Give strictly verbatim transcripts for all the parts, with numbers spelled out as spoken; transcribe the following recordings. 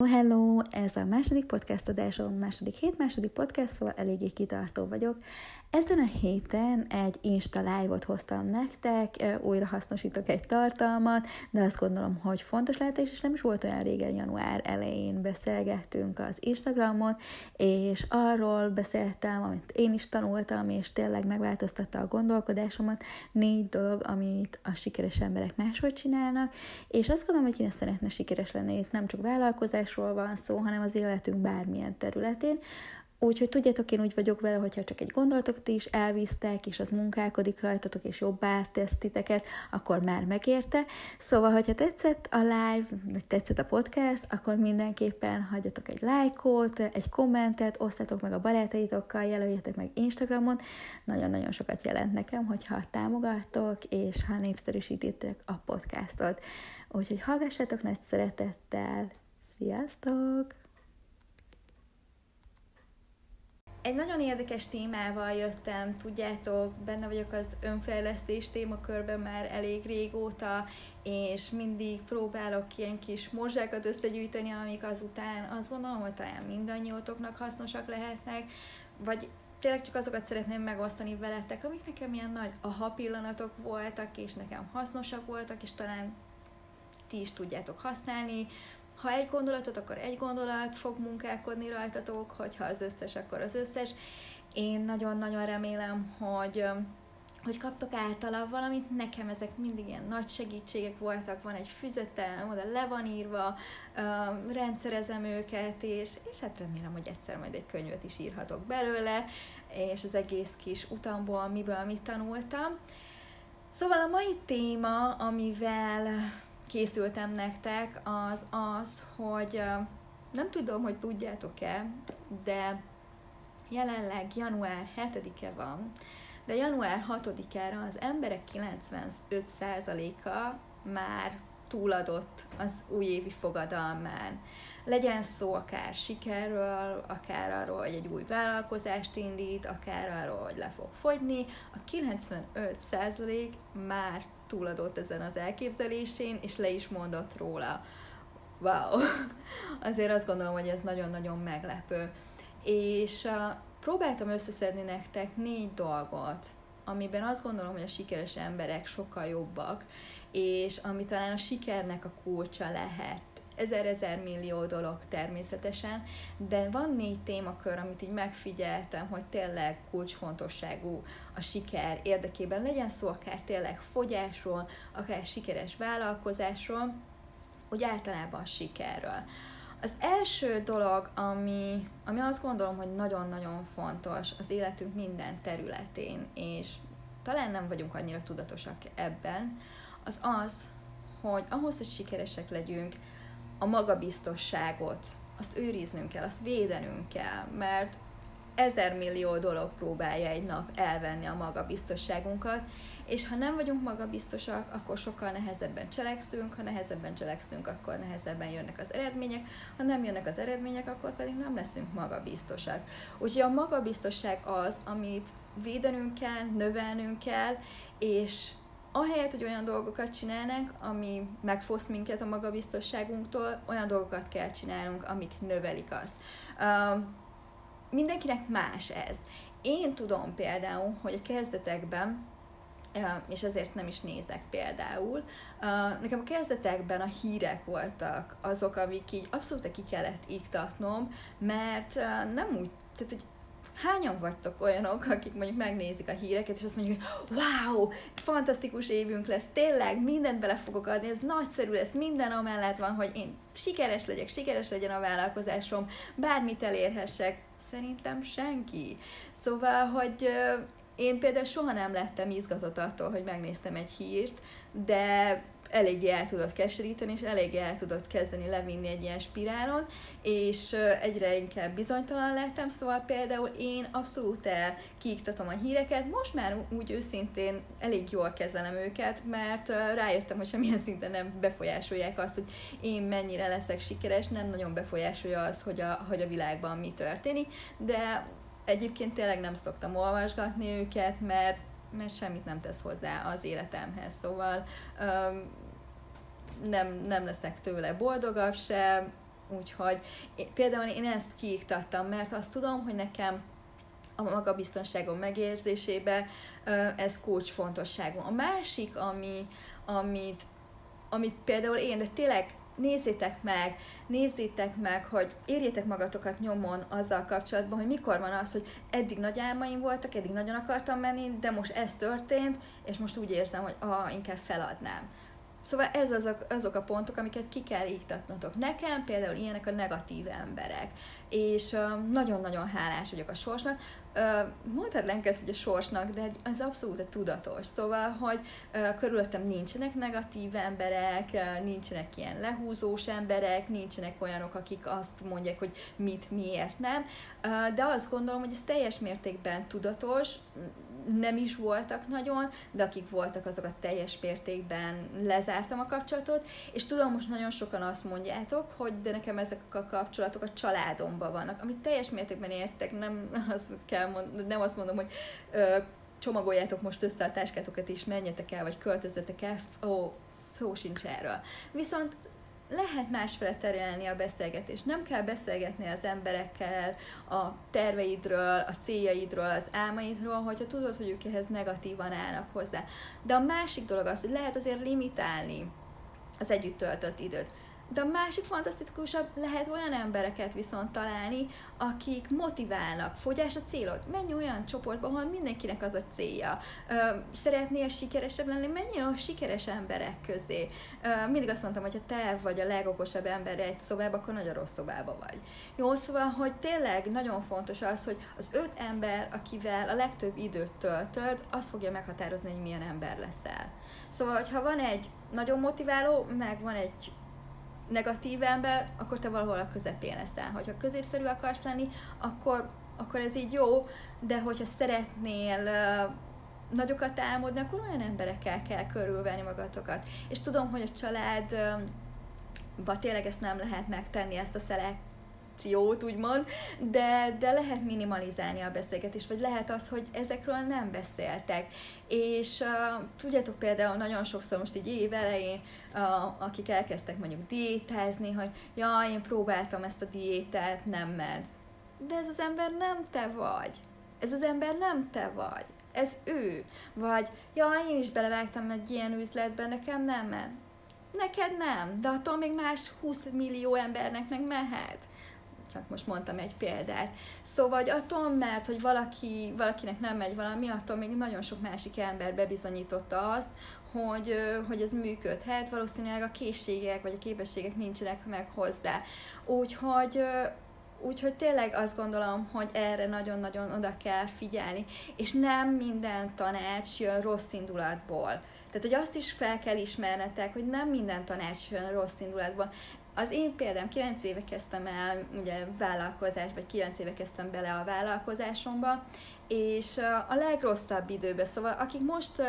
Hello! Ez a második podcast adásom, második hét, második podcast, szóval eléggé kitartó vagyok. Ezen a héten egy Insta live-ot hoztam nektek, újra hasznosítok egy tartalmat, de azt gondolom, hogy fontos lehet, és nem is volt olyan régen, január elején beszélgettünk az Instagramon, és arról beszéltem, amit én is tanultam, és tényleg megváltoztatta a gondolkodásomat, négy dolog, amit a sikeres emberek máshogy csinálnak, és azt gondolom, hogy én ezt szeretne sikeres lenni, itt nem csak vállalkozásról van szó, hanem az életünk bármilyen területén. Úgyhogy tudjátok, én úgy vagyok vele, hogyha csak egy gondolatot is elvisztek, és az munkálkodik rajtatok, és jobbá tesz titeket, akkor már megérte. Szóval, hogyha tetszett a live, vagy tetszett a podcast, akkor mindenképpen hagyjatok egy lájkot, egy kommentet, osszátok meg a barátaitokkal, jelöljetek meg Instagramon. Nagyon-nagyon sokat jelent nekem, hogyha támogattok, és ha népszerűsítitek a podcastot. Úgyhogy hallgassátok nagy szeretettel. Sziasztok! Egy nagyon érdekes témával jöttem, tudjátok, benne vagyok az önfejlesztés témakörben már elég régóta, és mindig próbálok ilyen kis morzsákat összegyűjteni, amik azután azt gondolom, hogy talán mindannyiótoknak hasznosak lehetnek, vagy tényleg csak azokat szeretném megosztani veletek, amik nekem ilyen nagy aha pillanatok voltak, és nekem hasznosak voltak, és talán ti is tudjátok használni. Ha egy gondolatot, akkor egy gondolat fog munkálkodni rajtatok, hogyha az összes, akkor az összes. Én nagyon-nagyon remélem, hogy, hogy kaptok általa valamit. Nekem ezek mindig ilyen nagy segítségek voltak, van egy füzetem, oda le van írva, rendszerezem őket, és, és hát remélem, hogy egyszer majd egy könyvet is írhatok belőle, és az egész kis utamból, miből mit tanultam. Szóval a mai téma, amivel készültem nektek, az az, hogy nem tudom, hogy tudjátok-e, de jelenleg január hetedike van, de január hatodikára az emberek kilencvenöt százaléka már túladott az újévi fogadalmán. Legyen szó akár sikerről, akár arról, hogy egy új vállalkozást indít, akár arról, hogy le fog fogyni. A kilencvenöt százalék már túladott ezen az elképzelésén, és le is mondott róla. Wow! Azért azt gondolom, hogy ez nagyon-nagyon meglepő. És uh, próbáltam összeszedni nektek négy dolgot, amiben azt gondolom, hogy a sikeres emberek sokkal jobbak, és ami talán a sikernek a kulcsa lehet. Ezer-ezer millió dolog természetesen, de van négy témakör, amit így megfigyeltem, hogy tényleg kulcsfontosságú a siker érdekében, legyen szó akár tényleg fogyásról, akár sikeres vállalkozásról, úgy általában a sikerről. Az első dolog, ami, ami azt gondolom, hogy nagyon-nagyon fontos az életünk minden területén, és talán nem vagyunk annyira tudatosak ebben, az az, hogy ahhoz, hogy sikeresek legyünk, a magabiztosságot, azt őriznünk kell, azt védenünk kell, mert ezer millió dolog próbálja egy nap elvenni a magabiztosságunkat, és ha nem vagyunk magabiztosak, akkor sokkal nehezebben cselekszünk, ha nehezebben cselekszünk, akkor nehezebben jönnek az eredmények, ha nem jönnek az eredmények, akkor pedig nem leszünk magabiztosak. Úgyhogy a magabiztosság az, amit védenünk kell, növelnünk kell, és ahelyett, hogy olyan dolgokat csinálnánk, ami megfoszt minket a magabiztosságunktól, olyan dolgokat kell csinálnunk, amik növelik azt. Uh, mindenkinek más ez. Én tudom például, hogy a kezdetekben, uh, és ezért nem is nézek például, uh, nekem a kezdetekben a hírek voltak azok, amik így abszolút ki kellett iktatnom, mert uh, nem úgy, tehát hogy hányan vagytok olyanok, akik mondjuk megnézik a híreket, és azt mondjuk, hogy wow, fantasztikus évünk lesz, tényleg mindent bele fogok adni, ez nagyszerű lesz, minden amellett van, hogy én sikeres legyek, sikeres legyen a vállalkozásom, bármit elérhessek. Szerintem senki. Szóval, hogy én például soha nem lettem izgatott attól, hogy megnéztem egy hírt, de eléggé el tudott keseríteni, és eléggé el tudott kezdeni levinni egy ilyen spirálon, és egyre inkább bizonytalan lettem, szóval például én abszolút kiiktatom a híreket, most már úgy őszintén elég jól kezelem őket, mert rájöttem, hogy semmilyen szinten nem befolyásolják azt, hogy én mennyire leszek sikeres, nem nagyon befolyásolja az, hogy a, hogy a világban mi történik, de egyébként tényleg nem szoktam olvasgatni őket, mert mert semmit nem tesz hozzá az életemhez, szóval um, nem, nem leszek tőle boldogabb se, Úgyhogy én, például én ezt kiiktattam, mert azt tudom, hogy nekem a magabiztonságom megérzésébe ez kulcsfontosságú. A másik, ami, amit, amit például én, de tényleg nézzétek meg, nézzétek meg, hogy érjétek magatokat nyomon azzal kapcsolatban, hogy mikor van az, hogy eddig nagy álmaim voltak, eddig nagyon akartam menni, de most ez történt, és most úgy érzem, hogy ah, inkább feladnám. Szóval ez azok, azok a pontok, amiket ki kell iktatnotok. Nekem például ilyenek a negatív emberek, és uh, nagyon-nagyon hálás vagyok a sorsnak. Uh, mondhatnánk ezt, hogy a sorsnak, de ez abszolút tudatos. Szóval, hogy uh, körülöttem nincsenek negatív emberek, uh, nincsenek ilyen lehúzós emberek, nincsenek olyanok, akik azt mondják, hogy mit, miért nem. Uh, de azt gondolom, hogy ez teljes mértékben tudatos, nem is voltak nagyon, de akik voltak, azokat teljes mértékben lezártam a kapcsolatot, és tudom, most nagyon sokan azt mondjátok, hogy de nekem ezek a kapcsolatok a családomban vannak, amit teljes mértékben értek, nem azt, kell mond, nem azt mondom, hogy ö, csomagoljátok most össze a táskátokat és menjetek el, vagy költözzetek el, ó, szó sincs erről. Viszont lehet másfele terelni a beszélgetést. Nem kell beszélgetni az emberekkel a terveidről, a céljaidról, az álmaidról, hogyha tudod, hogy ők ehhez negatívan állnak hozzá. De a másik dolog az, hogy lehet azért limitálni az együtt töltött időt. De a másik fantasztikusabb, lehet olyan embereket viszont találni, akik motiválnak. Fogyás a célod? Menj olyan csoportba, ahol mindenkinek az a célja. Szeretnél sikeresebb lenni? Menj a sikeres emberek közé. Mindig azt mondtam, hogy ha te vagy a legokosabb ember egy szobában, akkor nagyon rossz szobában vagy. Jó, szóval, hogy tényleg nagyon fontos az, hogy az öt ember, akivel a legtöbb időt töltöd, az fogja meghatározni, hogy milyen ember leszel. Szóval, hogyha van egy nagyon motiváló, meg van egy negatív ember, akkor te valahol a közepén leszel. Hogyha középszerű akarsz lenni, akkor, akkor ez így jó, de hogyha szeretnél uh, nagyokat álmodni, akkor olyan emberekkel kell körülvenni magatokat. És tudom, hogy a családba uh, tényleg ezt nem lehet megtenni, ezt a szelekciót, úgymond, de, de lehet minimalizálni a beszélgetést, vagy lehet az, hogy ezekről nem beszéltek. És uh, tudjátok például nagyon sokszor most így év elején, uh, akik elkezdtek mondjuk diétázni, hogy jaj, én próbáltam ezt a diétát, nem ment. De ez az ember nem te vagy. Ez az ember nem te vagy. Ez ő. Vagy jaj, én is belevágtam egy ilyen üzletbe, nekem nem ment. Neked nem, de attól még más húsz millió embernek meg mehet. Csak most mondtam egy példát. Szóval hogy attól, mert hogy valaki, valakinek nem megy valami, attól még nagyon sok másik ember bebizonyította azt, hogy, hogy ez működhet, valószínűleg a készségek vagy a képességek nincsenek meg hozzá. Úgyhogy, úgyhogy tényleg azt gondolom, hogy erre nagyon-nagyon oda kell figyelni, és nem minden tanács jön rossz indulatból. Tehát, hogy azt is fel kell ismernetek, hogy nem minden tanács jön rossz indulatból. Az én példám, kilenc éve kezdtem el ugye vállalkozás, vagy kilenc éve kezdtem bele a vállalkozásomba, és a legrosszabb időben, szóval akik most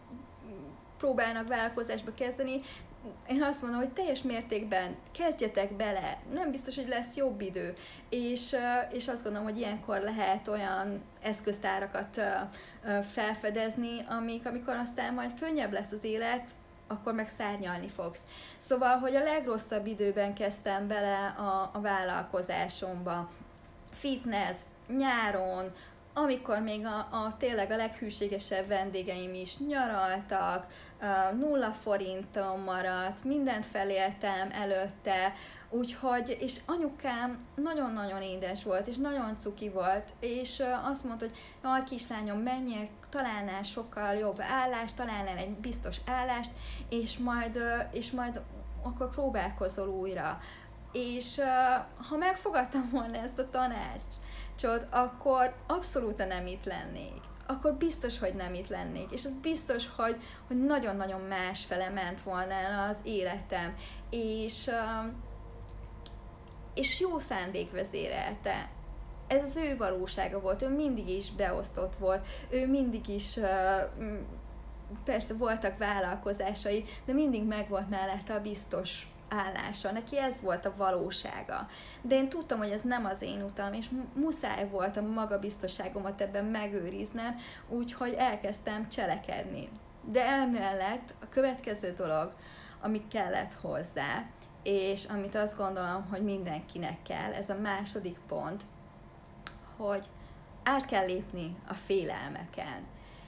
próbálnak vállalkozásba kezdeni, én azt mondom, hogy teljes mértékben kezdjetek bele, nem biztos, hogy lesz jobb idő, és, és azt gondolom, hogy ilyenkor lehet olyan eszköztárakat felfedezni, amik, amikor aztán majd könnyebb lesz az élet, akkor meg szárnyalni fogsz. Szóval, hogy a legrosszabb időben kezdtem bele a, a vállalkozásomba. Fitness, nyáron, amikor még a, a tényleg a leghűségesebb vendégeim is nyaraltak, nulla forintom maradt, mindent feléltem előtte, úgyhogy, és anyukám nagyon-nagyon édes volt, és nagyon cuki volt, és azt mondta, hogy jaj, kislányom, menjél, találnál sokkal jobb állást, találnál egy biztos állást, és majd, és majd akkor próbálkozol újra. És ha megfogadtam volna ezt a tanácsot, akkor abszolút nem itt lennék. Akkor biztos, hogy nem itt lennék. És az biztos, hogy, hogy nagyon-nagyon másfele ment volna el az életem. És, és jó szándék vezérelte. Ez az ő valósága volt, ő mindig is beosztott volt, ő mindig is, persze voltak vállalkozásai, de mindig megvolt mellette a biztos állása, neki ez volt a valósága. De én tudtam, hogy ez nem az én utam, és muszáj volt a magabiztosságomat ebben megőriznem, úgyhogy elkezdtem cselekedni. De emellett a következő dolog, ami kellett hozzá, és amit azt gondolom, hogy mindenkinek kell, ez a második pont, hogy át kell lépni a félelmeken.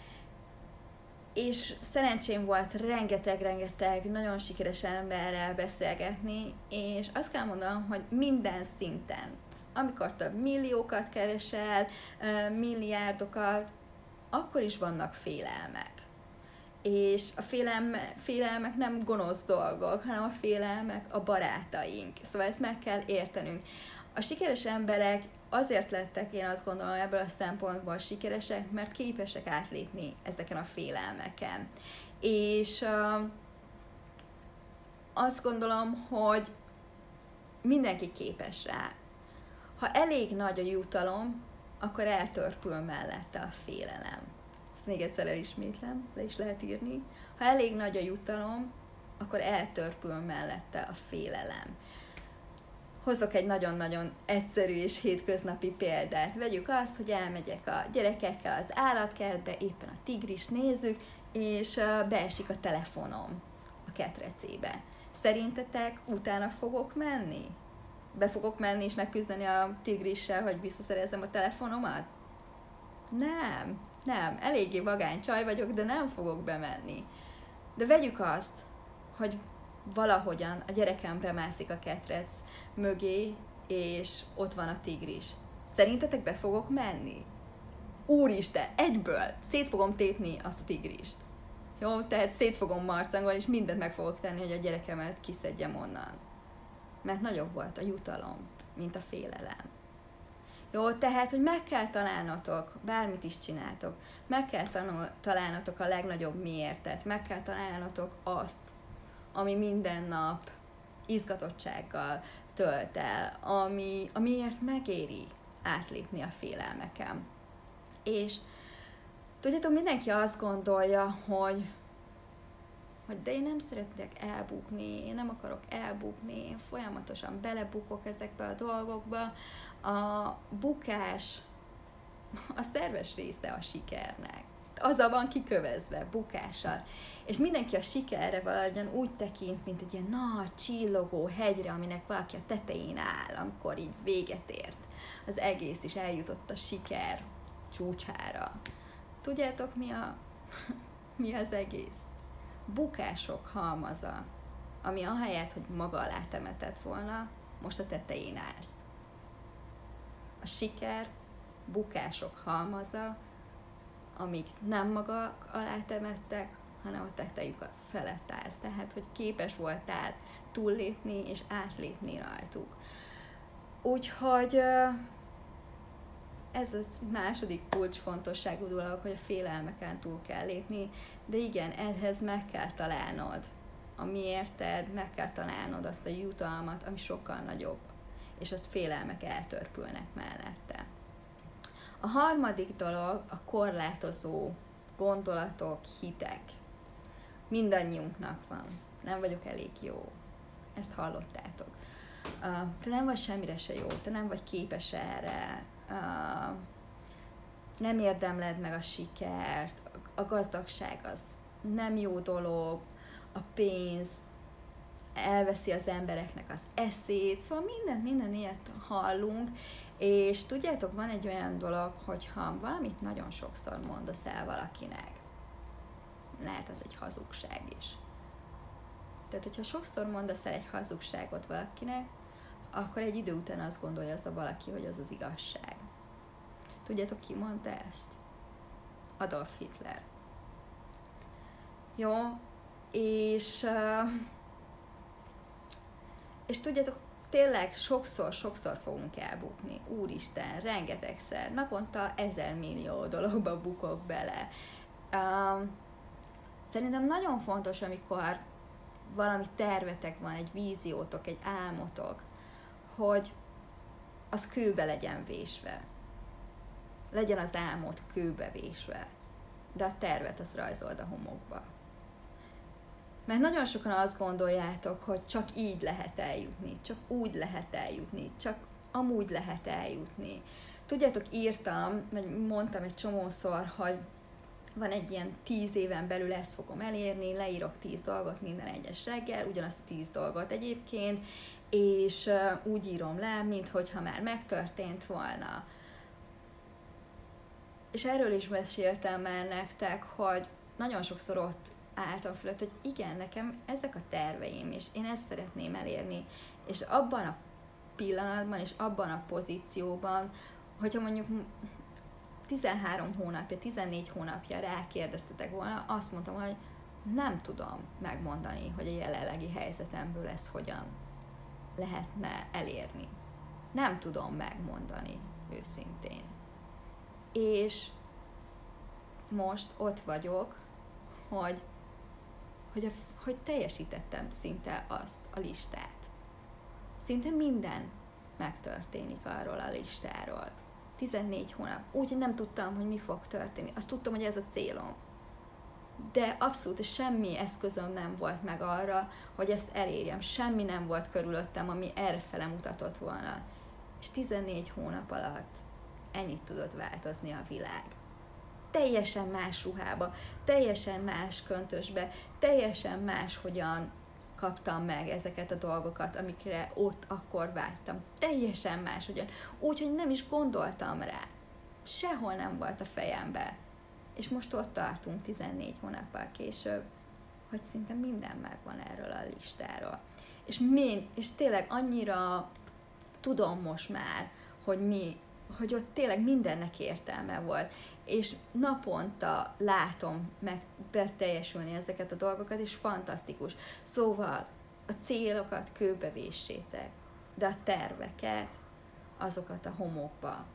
És szerencsém volt rengeteg-rengeteg nagyon sikeres emberrel beszélgetni, és azt kell mondanom, hogy minden szinten, amikor több milliókat keresel, milliárdokat, akkor is vannak félelmek. És a félelme, félelmek nem gonosz dolgok, hanem a félelmek a barátaink. Szóval ezt meg kell értenünk. A sikeres emberek azért lettek, én azt gondolom, ebből a szempontból sikeresek, mert képesek átlépni ezeken a félelmeken. És uh, azt gondolom, hogy mindenki képes rá. Ha elég nagy a jutalom, akkor eltörpül mellette a félelem. Ezt még egyszer elismétlem, le is lehet írni. Ha elég nagy a jutalom, akkor eltörpül mellette a félelem. Hozok egy nagyon-nagyon egyszerű és hétköznapi példát. Vegyük azt, hogy elmegyek a gyerekekkel az állatkertbe, éppen a tigrist nézzük, és beesik a telefonom a ketrecébe. Szerintetek utána fogok menni? Be fogok menni és megküzdeni a tigrissel, hogy visszaszerezzem a telefonomat? Nem, nem. Eléggé vagány csaj vagyok, de nem fogok bemenni. De vegyük azt, hogy valahogyan a gyerekem bemászik a ketrec mögé, és ott van a tigris. Szerintetek be fogok menni? Úristen, egyből szét fogom tépni azt a tigrist. Jó, tehát szét fogom marcangolni, és mindent meg fogok tenni, hogy a gyerekemet kiszedjem onnan. Mert nagyobb volt a jutalom, mint a félelem. Jó, tehát, hogy meg kell találnotok, bármit is csináltok, meg kell tanul, találnotok a legnagyobb miértet, meg kell találnotok azt, ami minden nap izgatottsággal tölt el, ami, amiért megéri átlépni a félelmeken. És tudjátok, mindenki azt gondolja, hogy, hogy de én nem szeretnék elbukni, én nem akarok elbukni, én folyamatosan belebukok ezekbe a dolgokba. A bukás a szerves része a sikernek. Azzal van kikövezve, bukással. És mindenki a sikerre valahogyan úgy tekint, mint egy ilyen nagy, csillogó hegyre, aminek valaki a tetején áll, amikor így véget ért. Az egész is eljutott a siker csúcsára. Tudjátok, mi, a, mi az egész? Bukások halmaza, ami ahelyett, hogy maga alá temetett volna, most a tetején állsz. A siker bukások halmaza, amik nem maga alá temettek, hanem a tetejük felett állsz. Tehát, hogy képes voltál túllépni és átlépni rajtuk. Úgyhogy ez a második kulcsfontosságú dolog, hogy a félelmeken túl kell lépni, de igen, ehhez meg kell találnod a miérted, meg kell találnod azt a jutalmat, ami sokkal nagyobb, és ott félelmek eltörpülnek mellette. A harmadik dolog a korlátozó gondolatok, hitek. Mindannyiunknak van. Nem vagyok elég jó. Ezt hallottátok. Te nem vagy semmire se jó, te nem vagy képes erre, nem érdemled meg a sikert, a gazdagság az nem jó dolog, a pénz elveszi az embereknek az eszét, szóval minden, minden ilyet hallunk, és tudjátok, van egy olyan dolog, hogyha valamit nagyon sokszor mondasz el valakinek, lehet az egy hazugság is. Tehát, hogyha sokszor mondasz el egy hazugságot valakinek, akkor egy idő után azt gondolja az a valaki, hogy az az igazság. Tudjátok, ki mondta ezt? Adolf Hitler. Jó, és, és tudjátok, tényleg sokszor, sokszor fogunk elbukni. Úristen, rengetegszer. Naponta ezer millió dologba bukok bele. Szerintem nagyon fontos, amikor valami tervetek van, egy víziótok, egy álmotok, hogy az kőbe legyen vésve. Legyen az álmod kőbe vésve, de a tervet az rajzold a homokba. Mert nagyon sokan azt gondoljátok, hogy csak így lehet eljutni, csak úgy lehet eljutni, csak amúgy lehet eljutni. Tudjátok, írtam, vagy mondtam egy csomószor, hogy van egy ilyen tíz éven belül ezt fogom elérni, leírok tíz dolgot minden egyes reggel, ugyanazt a tíz dolgot egyébként, és úgy írom le, minthogyha már megtörtént volna. És erről is meséltem már nektek, hogy nagyon sokszor ott álltam fölött, hogy igen, nekem ezek a terveim, és én ezt szeretném elérni, és abban a pillanatban, és abban a pozícióban, hogyha mondjuk tizenhárom hónapja, tizennégy hónapja rákérdeztetek volna, azt mondtam, hogy nem tudom megmondani, hogy a jelenlegi helyzetemből ezt hogyan lehetne elérni. Nem tudom megmondani őszintén. És most ott vagyok, hogy, hogy, a, hogy teljesítettem szinte azt a listát. Szinte minden megtörténik arról a listáról. tizennégy hónap. Úgyhogy nem tudtam, hogy mi fog történni. Azt tudtam, hogy ez a célom. De abszolút semmi eszközöm nem volt meg arra, hogy ezt elérjem. Semmi nem volt körülöttem, ami errefele mutatott volna. És tizennégy hónap alatt ennyit tudott változni a világ. Teljesen más ruhába, teljesen más köntösbe, teljesen más hogyan kaptam meg ezeket a dolgokat, amikre ott akkor vágytam. Teljesen máshogyan. Úgyhogy nem is gondoltam rá. Sehol nem volt a fejemben. És most ott tartunk tizennégy hónappal később, hogy szinte minden megvan erről a listáról. És, min, és tényleg annyira tudom most már, hogy mi, hogy ott tényleg mindennek értelme volt. És naponta látom meg beteljesülni ezeket a dolgokat, és fantasztikus. Szóval a célokat kőbe véssétek, de a terveket, azokat a homokba.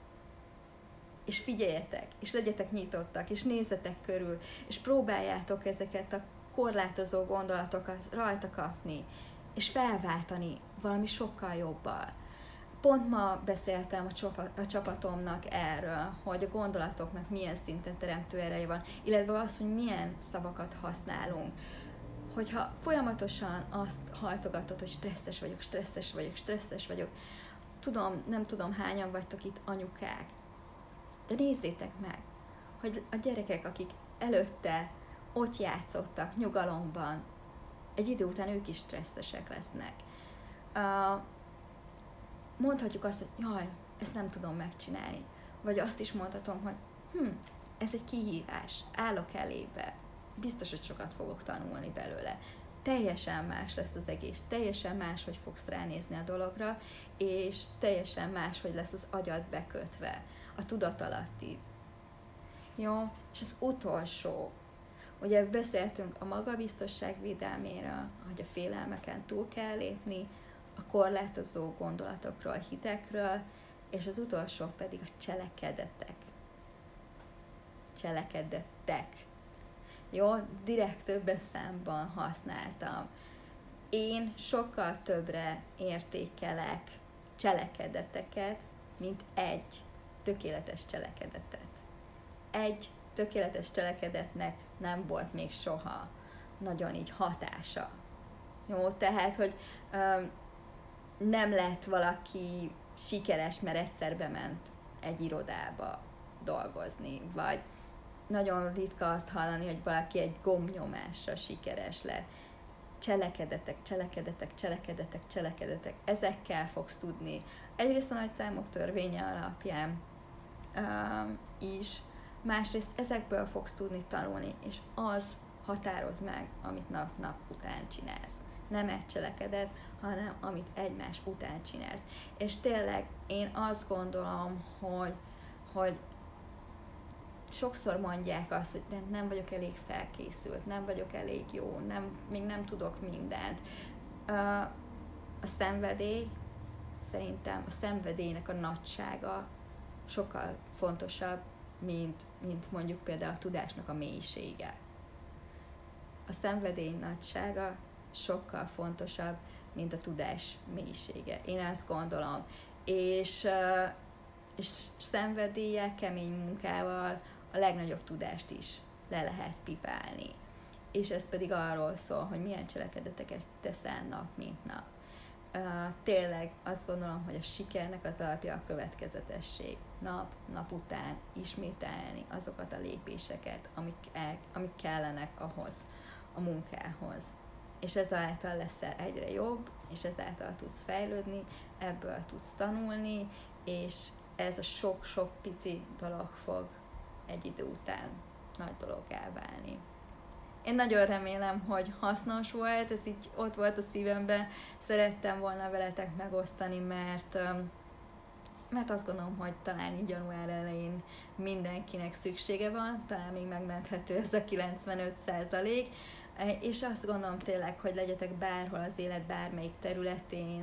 És figyeljetek, és legyetek nyitottak, és nézzetek körül, és próbáljátok ezeket a korlátozó gondolatokat rajta kapni, és felváltani valami sokkal jobbal. Pont ma beszéltem a, csapat, a csapatomnak erről, hogy a gondolatoknak milyen szinten teremtő ereje van, illetve az, hogy milyen szavakat használunk. Hogyha folyamatosan azt hajtogatod, hogy stresszes vagyok, stresszes vagyok, stresszes vagyok, tudom, nem tudom hányan vagytok itt anyukák, de nézzétek meg, hogy a gyerekek, akik előtte ott játszottak nyugalomban, egy idő után ők is stresszesek lesznek. Uh, mondhatjuk azt, hogy jaj, ezt nem tudom megcsinálni. Vagy azt is mondhatom, hogy hm, ez egy kihívás, állok elébe, biztos, hogy sokat fogok tanulni belőle. Teljesen más lesz az egész, teljesen más, hogy fogsz ránézni a dologra, és teljesen más, hogy lesz az agyad bekötve, a tudatalattid. Jó? És az utolsó, ugye beszéltünk a magabiztosság védelméről, hogy a félelmeken túl kell lépni, a korlátozó gondolatokról, hitekről, és az utolsó pedig a cselekedetek. Cselekedetek. Jó? Direkt többes számban használtam. Én sokkal többre értékelek cselekedeteket, mint egy tökéletes cselekedetet. Egy tökéletes cselekedetnek nem volt még soha nagyon így hatása. Jó? Tehát, hogy um, nem lett valaki sikeres, mert egyszer bement egy irodába dolgozni, vagy nagyon ritka azt hallani, hogy valaki egy gombnyomásra sikeres lett. Cselekedetek, cselekedetek, cselekedetek, cselekedetek. Ezekkel fogsz tudni. Egyrészt a nagyszámok törvénye alapján um, is, másrészt ezekből fogsz tudni tanulni, és az határoz meg, amit nap-nap után csinálsz. Nem egy cselekedet, hanem amit egymás után csinálsz. És tényleg én azt gondolom, hogy, hogy sokszor mondják azt, hogy nem vagyok elég felkészült, nem vagyok elég jó, nem, még nem tudok mindent. A szenvedély, szerintem a szenvedélynek a nagysága sokkal fontosabb, mint, mint mondjuk például a tudásnak a mélysége. A szenvedély nagysága sokkal fontosabb, mint a tudás mélysége. Én ezt gondolom. És, és szenvedéllyel, kemény munkával a legnagyobb tudást is le lehet pipálni. És ez pedig arról szól, hogy milyen cselekedeteket teszel nap, mint nap. tényleg azt gondolom, hogy a sikernek az alapja a következetesség. Nap, nap után ismételni azokat a lépéseket, amik, el, amik kellenek ahhoz, a munkához. És ezáltal leszel egyre jobb, és ezáltal tudsz fejlődni, ebből tudsz tanulni, és ez a sok-sok pici dolog fog egy idő után nagy dologgá válni. Én nagyon remélem, hogy hasznos volt, ez így ott volt a szívemben, szerettem volna veletek megosztani, mert, mert azt gondolom, hogy talán így január elején mindenkinek szüksége van, talán még megmenthető ez a kilencvenöt százalék, és azt gondolom tényleg, hogy legyetek bárhol az élet bármelyik területén,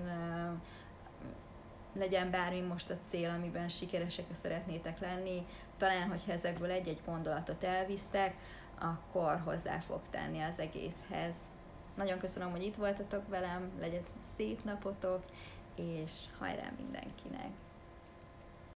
legyen bármi most a cél, amiben sikeresek szeretnétek lenni, talán, hogyha ezekből egy-egy gondolatot elvisztek, akkor hozzá fog tenni az egészhez. Nagyon köszönöm, hogy itt voltatok velem, legyen szép napotok, és hajrá mindenkinek!